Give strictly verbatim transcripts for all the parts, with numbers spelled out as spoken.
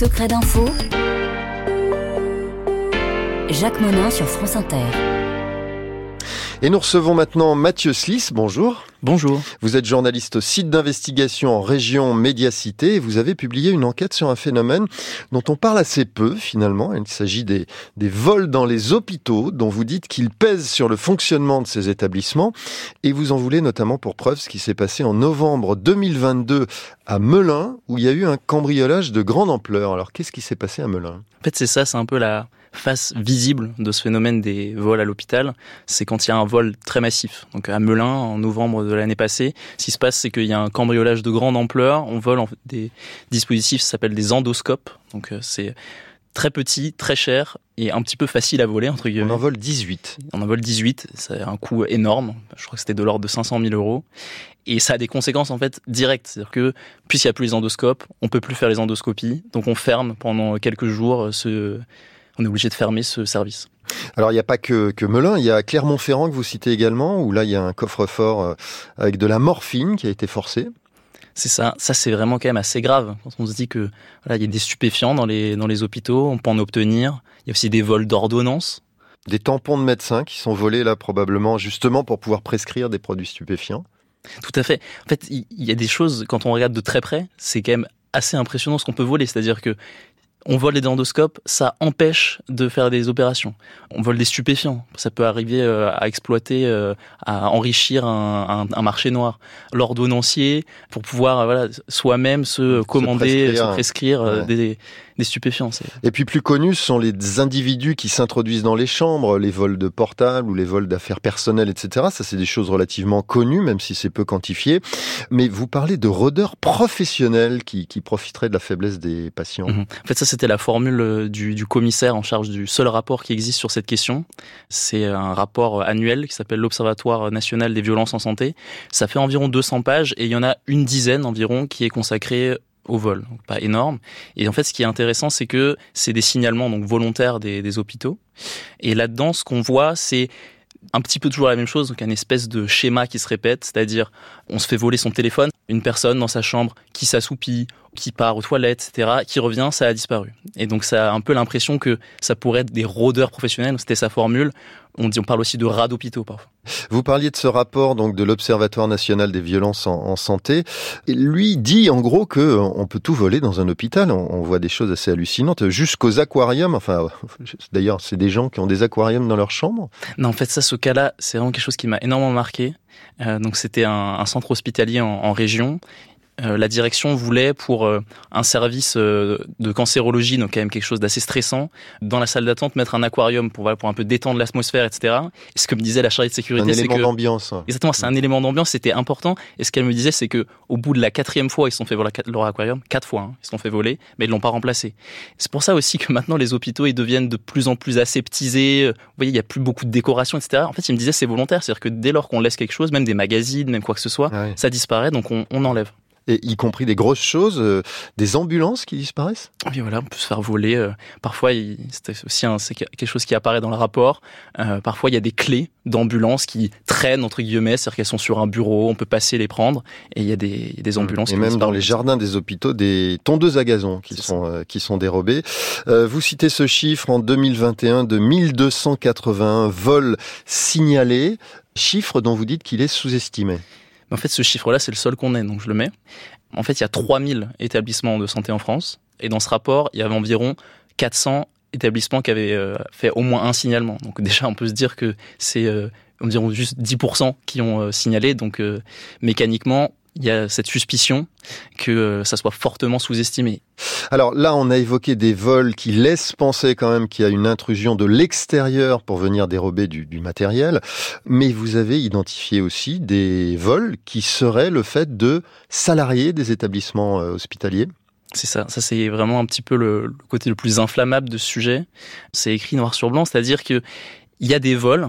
Secret d'info, Jacques Monin sur France Inter. Et nous recevons maintenant Mathieu Slis, bonjour. Bonjour. Vous êtes journaliste au site d'investigation en région Médiacité et vous avez publié une enquête sur un phénomène dont on parle assez peu finalement. Il s'agit des, des vols dans les hôpitaux dont vous dites qu'ils pèsent sur le fonctionnement de ces établissements et vous en voulez notamment pour preuve ce qui s'est passé en novembre deux mille vingt-deux à Melun où il y a eu un cambriolage de grande ampleur. Alors qu'est-ce qui s'est passé à Melun ? En fait c'est ça, c'est un peu la face visible de ce phénomène des vols à l'hôpital, c'est quand il y a un vol très massif. Donc à Melun, en novembre de l'année passée, ce qui se passe, c'est qu'il y a un cambriolage de grande ampleur. On vole en fait des dispositifs, ça s'appelle des endoscopes. Donc c'est très petit, très cher et un petit peu facile à voler, entre guillemets. On en vole dix-huit. On en vole dix-huit, ça a un coût énorme. Je crois que c'était de l'ordre de cinq cent mille euros. Et ça a des conséquences en fait directes. C'est-à-dire que puisqu'il n'y a plus les endoscopes, on peut plus faire les endoscopies. Donc on ferme pendant quelques jours ce... On est obligé de fermer ce service. Alors, il n'y a pas que, que Melun, il y a Clermont-Ferrand que vous citez également, où là, il y a un coffre-fort avec de la morphine qui a été forcé. C'est ça. Ça, c'est vraiment quand même assez grave. Quand on se dit que voilà, il y a des stupéfiants dans les, dans les hôpitaux, on peut en obtenir. Il y a aussi des vols d'ordonnances. Des tampons de médecins qui sont volés, là, probablement, justement pour pouvoir prescrire des produits stupéfiants. Tout à fait. En fait, il y a des choses, quand on regarde de très près, c'est quand même assez impressionnant ce qu'on peut voler. C'est-à-dire que on vole des endoscopes, ça empêche de faire des opérations. On vole des stupéfiants, ça peut arriver à exploiter, à enrichir un, un, un marché noir. L'ordonnancier, pour pouvoir voilà, soi-même se commander, se prescrire, se prescrire ouais. des, des stupéfiants. C'est... Et puis plus connus sont les individus qui s'introduisent dans les chambres, les vols de portables ou les vols d'affaires personnelles, et cetera. Ça, c'est des choses relativement connues, même si c'est peu quantifié. Mais vous parlez de rôdeurs professionnels qui, qui profiteraient de la faiblesse des patients. Mmh. En fait, ça, c'était la formule du, du commissaire en charge du seul rapport qui existe sur cette question. C'est un rapport annuel qui s'appelle l'Observatoire national des violences en santé. Ça fait environ deux cents pages et il y en a une dizaine environ qui est consacrée au vol, donc pas énorme. Et en fait, ce qui est intéressant, c'est que c'est des signalements donc volontaires des, des hôpitaux. Et là-dedans, ce qu'on voit, c'est un petit peu toujours la même chose, donc un espèce de schéma qui se répète, c'est-à-dire on se fait voler son téléphone, une personne dans sa chambre qui s'assoupit, qui part aux toilettes, et cetera, qui revient, ça a disparu. Et donc ça a un peu l'impression que ça pourrait être des rôdeurs professionnels, c'était sa formule. On dit, on parle aussi de rats d'hôpitaux parfois. Vous parliez de ce rapport donc de l'Observatoire national des violences en, en santé. Et lui dit en gros que on peut tout voler dans un hôpital. On, on voit des choses assez hallucinantes, jusqu'aux aquariums. Enfin, d'ailleurs, c'est des gens qui ont des aquariums dans leur chambre. Non, en fait, ça, ce cas-là, c'est vraiment quelque chose qui m'a énormément marqué. Euh, donc, c'était un, un centre hospitalier en, en région. Euh, la direction voulait, pour euh, un service euh, de cancérologie, donc quand même quelque chose d'assez stressant, dans la salle d'attente, mettre un aquarium pour, voilà, pour un peu détendre l'atmosphère, et cetera. Et ce que me disait la chargée de sécurité, un c'est élément que... d'ambiance. Exactement, c'est un élément d'ambiance, c'était important. Et ce qu'elle me disait, c'est que au bout de la quatrième fois, ils se sont fait voler leur aquarium, quatre fois, hein, ils se sont fait voler, mais ils l'ont pas remplacé. C'est pour ça aussi que maintenant, les hôpitaux, ils deviennent de plus en plus aseptisés. Vous voyez, il y a plus beaucoup de décoration, et cetera. En fait, il me disait, c'est volontaire, c'est-à-dire que dès lors qu'on laisse quelque chose, même des magazines, même quoi que ce soit, ouais. ça disparaît, donc on, on enlève. Et y compris des grosses choses, euh, des ambulances qui disparaissent ? Oui, voilà, on peut se faire voler. Euh, parfois, il, c'est aussi un, c'est quelque chose qui apparaît dans le rapport. Euh, parfois, il y a des clés d'ambulance qui traînent, entre guillemets, c'est-à-dire qu'elles sont sur un bureau, on peut passer les prendre, et il y a des, il y a des ambulances et qui même disparaissent. Dans les jardins des hôpitaux, des tondeuses à gazon qui c'est sont euh, qui sont dérobées. Euh, vous citez ce chiffre en deux mille vingt et un de mille deux cent quatre-vingt-un vols signalés, chiffre dont vous dites qu'il est sous-estimé. En fait, ce chiffre-là, c'est le seul qu'on ait, donc je le mets. En fait, il y a trois mille établissements de santé en France. Et dans ce rapport, il y avait environ quatre cents établissements qui avaient euh, fait au moins un signalement. Donc déjà, on peut se dire que c'est euh, environ juste dix pour cent qui ont euh, signalé. Donc euh, mécaniquement, il y a cette suspicion que euh, ça soit fortement sous-estimé. Alors là, on a évoqué des vols qui laissent penser quand même qu'il y a une intrusion de l'extérieur pour venir dérober du, du matériel. Mais vous avez identifié aussi des vols qui seraient le fait de salariés des établissements euh, hospitaliers. C'est ça, ça c'est vraiment un petit peu le, le côté le plus inflammable de ce sujet. C'est écrit noir sur blanc, c'est-à-dire que il y a des vols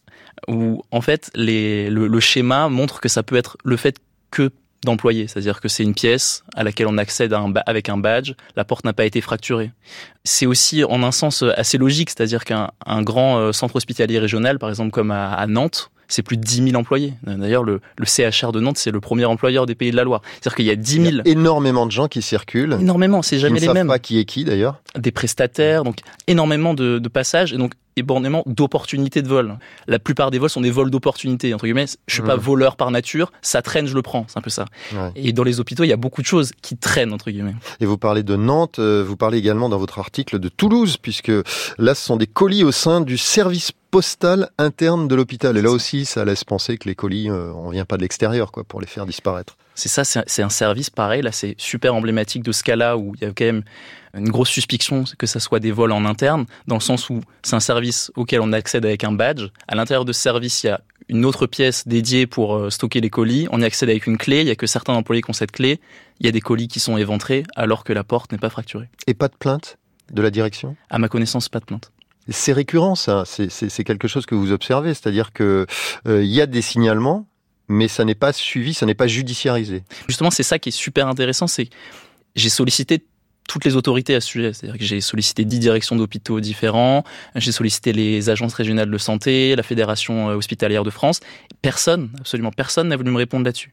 où en fait les, le, le schéma montre que ça peut être le fait que d'employés, c'est-à-dire que c'est une pièce à laquelle on accède à un ba- avec un badge, la porte n'a pas été fracturée. C'est aussi en un sens assez logique, c'est-à-dire qu'un un grand centre hospitalier régional, par exemple comme à, à Nantes, c'est plus de dix mille employés. D'ailleurs, le, le C H R de Nantes, c'est le premier employeur des Pays de la Loire. C'est-à-dire qu'il y a dix mille... Il y a énormément de gens qui circulent. Énormément, c'est jamais les mêmes. Ils ne savent pas qui est qui, d'ailleurs. Des prestataires, donc énormément de, de passages, et donc énormément d'opportunités de vol. La plupart des vols sont des vols d'opportunités, entre guillemets. Je suis mmh. pas voleur par nature, ça traîne, je le prends, c'est un peu ça. Ouais. Et dans les hôpitaux, il y a beaucoup de choses qui traînent, entre guillemets. Et vous parlez de Nantes, vous parlez également dans votre article de Toulouse, puisque là, ce sont des colis au sein du service postal interne de l'hôpital. Et là aussi, ça laisse penser que les colis, euh, on vient pas de l'extérieur, quoi, pour les faire disparaître. C'est ça, c'est un, c'est un service pareil. Là, c'est super emblématique de ce cas-là où il y a quand même une grosse suspicion que ça soit des vols en interne, dans le sens où c'est un service auquel on accède avec un badge. À l'intérieur de ce service, il y a une autre pièce dédiée pour euh, stocker les colis. On y accède avec une clé. Il y a que certains employés qui ont cette clé. Il y a des colis qui sont éventrés alors que la porte n'est pas fracturée. Et pas de plainte de la direction ? À ma connaissance, pas de plainte. C'est récurrent, ça. C'est, c'est, c'est quelque chose que vous observez. C'est-à-dire que euh, y a des signalements, mais ça n'est pas suivi, ça n'est pas judiciarisé. Justement, c'est ça qui est super intéressant. C'est que j'ai sollicité toutes les autorités à ce sujet. C'est-à-dire que j'ai sollicité dix directions d'hôpitaux différents, j'ai sollicité les agences régionales de santé, la Fédération hospitalière de France. Personne, absolument personne n'a voulu me répondre là-dessus.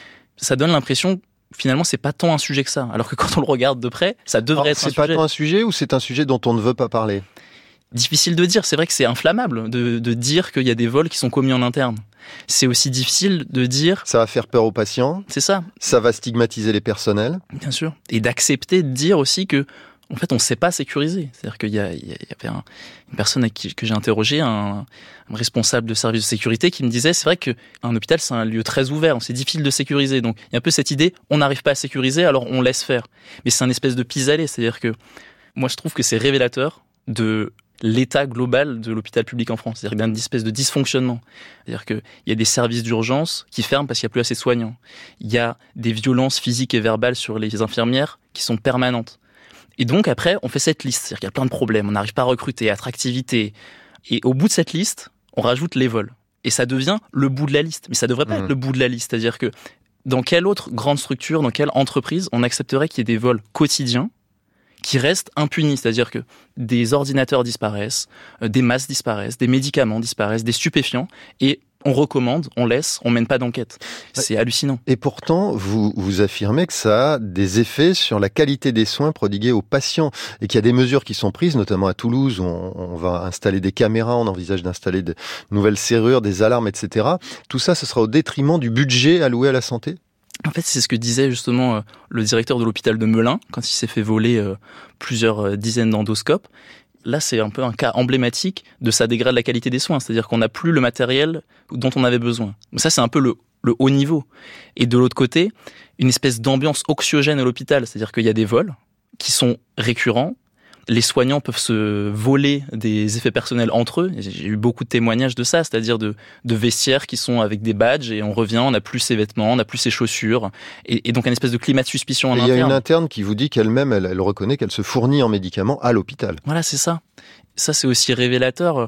Ça donne l'impression finalement, c'est pas tant un sujet que ça. Alors que quand on le regarde de près, ça devrait Alors, être un sujet. C'est pas tant un sujet ou c'est un sujet dont on ne veut pas parler ? Difficile de dire. C'est vrai que c'est inflammable de, de dire qu'il y a des vols qui sont commis en interne. C'est aussi difficile de dire... Ça va faire peur aux patients. C'est ça. Ça va stigmatiser les personnels. Bien sûr. Et d'accepter de dire aussi que, en fait, on ne sait pas sécuriser. C'est-à-dire qu'il y, a, il y avait un, une personne avec qui, que j'ai interrogé, un, un responsable de service de sécurité, qui me disait, c'est vrai qu'un hôpital, c'est un lieu très ouvert, c'est difficile de sécuriser. Donc, il y a un peu cette idée, on n'arrive pas à sécuriser, alors on laisse faire. Mais c'est un espèce de pis-aller. C'est-à-dire que moi, je trouve que c'est révélateur de l'état global de l'hôpital public en France. C'est-à-dire qu'il y a une espèce de dysfonctionnement. C'est-à-dire qu'il y a des services d'urgence qui ferment parce qu'il n'y a plus assez de soignants. Il y a des violences physiques et verbales sur les infirmières qui sont permanentes. Et donc, après, on fait cette liste. C'est-à-dire qu'il y a plein de problèmes. On n'arrive pas à recruter, attractivité. Et au bout de cette liste, on rajoute les vols. Et ça devient le bout de la liste. Mais ça ne devrait pas mmh. être le bout de la liste. C'est-à-dire que dans quelle autre grande structure, dans quelle entreprise, on accepterait qu'il y ait des vols quotidiens qui restent impunis, c'est-à-dire que des ordinateurs disparaissent, des masques disparaissent, des médicaments disparaissent, des stupéfiants, et on recommande, on laisse, on mène pas d'enquête. C'est hallucinant. Et pourtant, vous, vous affirmez que ça a des effets sur la qualité des soins prodigués aux patients, et qu'il y a des mesures qui sont prises, notamment à Toulouse, où on, on va installer des caméras, on envisage d'installer de nouvelles serrures, des alarmes, et cetera. Tout ça, ce sera au détriment du budget alloué à la santé ? En fait, c'est ce que disait justement euh, le directeur de l'hôpital de Melun quand il s'est fait voler euh, plusieurs euh, dizaines d'endoscopes. Là, c'est un peu un cas emblématique de ça dégrade la qualité des soins. C'est-à-dire qu'on n'a plus le matériel dont on avait besoin. Donc ça, c'est un peu le, le haut niveau. Et de l'autre côté, une espèce d'ambiance anxiogène à l'hôpital. C'est-à-dire qu'il y a des vols qui sont récurrents. Les soignants peuvent se voler des effets personnels entre eux. J'ai eu beaucoup de témoignages de ça, c'est-à-dire de, de vestiaires qui sont avec des badges et on revient, on n'a plus ses vêtements, on n'a plus ses chaussures. Et, et donc un espèce de climat de suspicion en interne. Il y a une interne qui vous dit qu'elle-même, elle, elle reconnaît qu'elle se fournit en médicaments à l'hôpital. Voilà, c'est ça. Ça, c'est aussi révélateur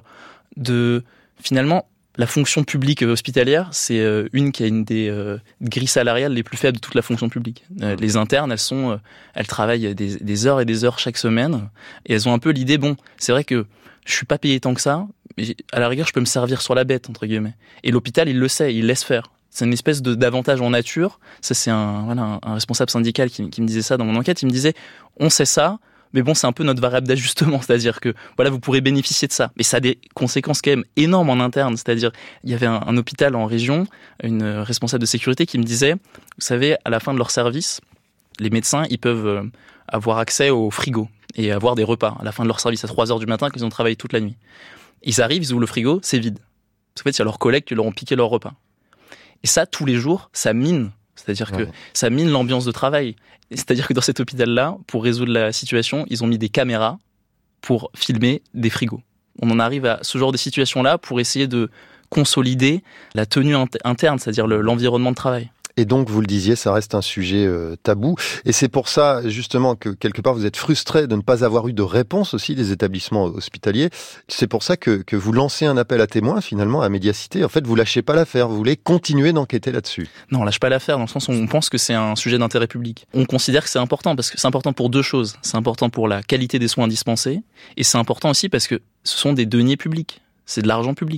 de, finalement, la fonction publique hospitalière, c'est une qui a une des euh, grilles salariales les plus faibles de toute la fonction publique. Euh, les internes, elles sont, euh, elles travaillent des, des heures et des heures chaque semaine, et elles ont un peu l'idée, bon, c'est vrai que je suis pas payé tant que ça, mais à la rigueur, je peux me servir sur la bête, entre guillemets. Et l'hôpital, il le sait, il laisse faire. C'est une espèce de, d'avantage en nature. Ça, c'est un, voilà, un, un responsable syndical qui, qui me disait ça dans mon enquête. Il me disait, on sait ça, mais bon, c'est un peu notre variable d'ajustement, c'est-à-dire que voilà, vous pourrez bénéficier de ça. Mais ça a des conséquences quand même énormes en interne, c'est-à-dire il y avait un, un hôpital en région, une responsable de sécurité qui me disait, vous savez, à la fin de leur service, les médecins, ils peuvent avoir accès au frigo et avoir des repas à la fin de leur service à trois heures du matin quand ils ont travaillé toute la nuit. Ils arrivent, ils ouvrent le frigo, c'est vide. Parce qu'en fait, il y a leurs collègues qui leur ont piqué leur repas. Et ça, tous les jours, ça mine. C'est-à-dire que ouais. ça mine l'ambiance de travail. C'est-à-dire que dans cet hôpital-là, pour résoudre la situation, ils ont mis des caméras pour filmer des frigos. On en arrive à ce genre de situation-là pour essayer de consolider la tenue interne, c'est-à-dire le, l'environnement de travail. Et donc, vous le disiez, ça reste un sujet euh, tabou. Et c'est pour ça, justement, que quelque part, vous êtes frustré de ne pas avoir eu de réponse aussi des établissements hospitaliers. C'est pour ça que, que vous lancez un appel à témoins, finalement, à Médiacité. En fait, vous lâchez pas l'affaire. Vous voulez continuer d'enquêter là-dessus. Non, on lâche pas l'affaire, dans le sens où on pense que c'est un sujet d'intérêt public. On considère que c'est important, parce que c'est important pour deux choses. C'est important pour la qualité des soins dispensés, et c'est important aussi parce que ce sont des deniers publics. C'est de l'argent public.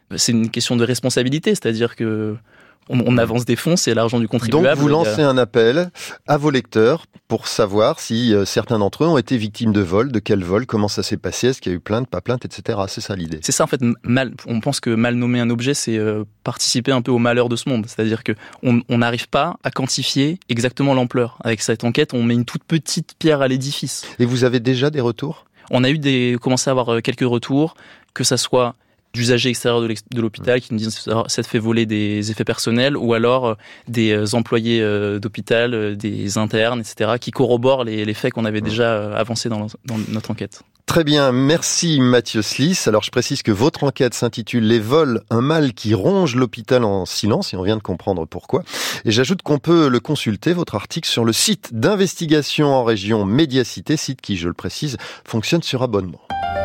C'est une question de responsabilité, c'est-à-dire que on, on avance des fonds, c'est l'argent du contribuable. Donc vous lancez un appel à vos lecteurs pour savoir si euh, certains d'entre eux ont été victimes de vol, de quel vol, comment ça s'est passé, est-ce qu'il y a eu plainte, pas plainte, et cetera. C'est ça l'idée. C'est ça en fait. Mal, on pense que mal nommer un objet, c'est euh, participer un peu au malheur de ce monde. C'est-à-dire que on n'arrive pas à quantifier exactement l'ampleur. Avec cette enquête, on met une toute petite pierre à l'édifice. Et vous avez déjà des retours ? On a eu des, commencé à avoir quelques retours, que ça soit d'usagers extérieurs de, de l'hôpital qui nous disent que ça fait voler des effets personnels, ou alors des employés d'hôpital, des internes, et cetera, qui corroborent les, les faits qu'on avait déjà avancés dans, dans notre enquête. Très bien, merci Mathieu Sliss. Alors je précise que votre enquête s'intitule « Les vols, un mal qui ronge l'hôpital en silence » et on vient de comprendre pourquoi. Et j'ajoute qu'on peut le consulter, votre article, sur le site d'investigation en région Médiacité, site qui, je le précise, fonctionne sur abonnement.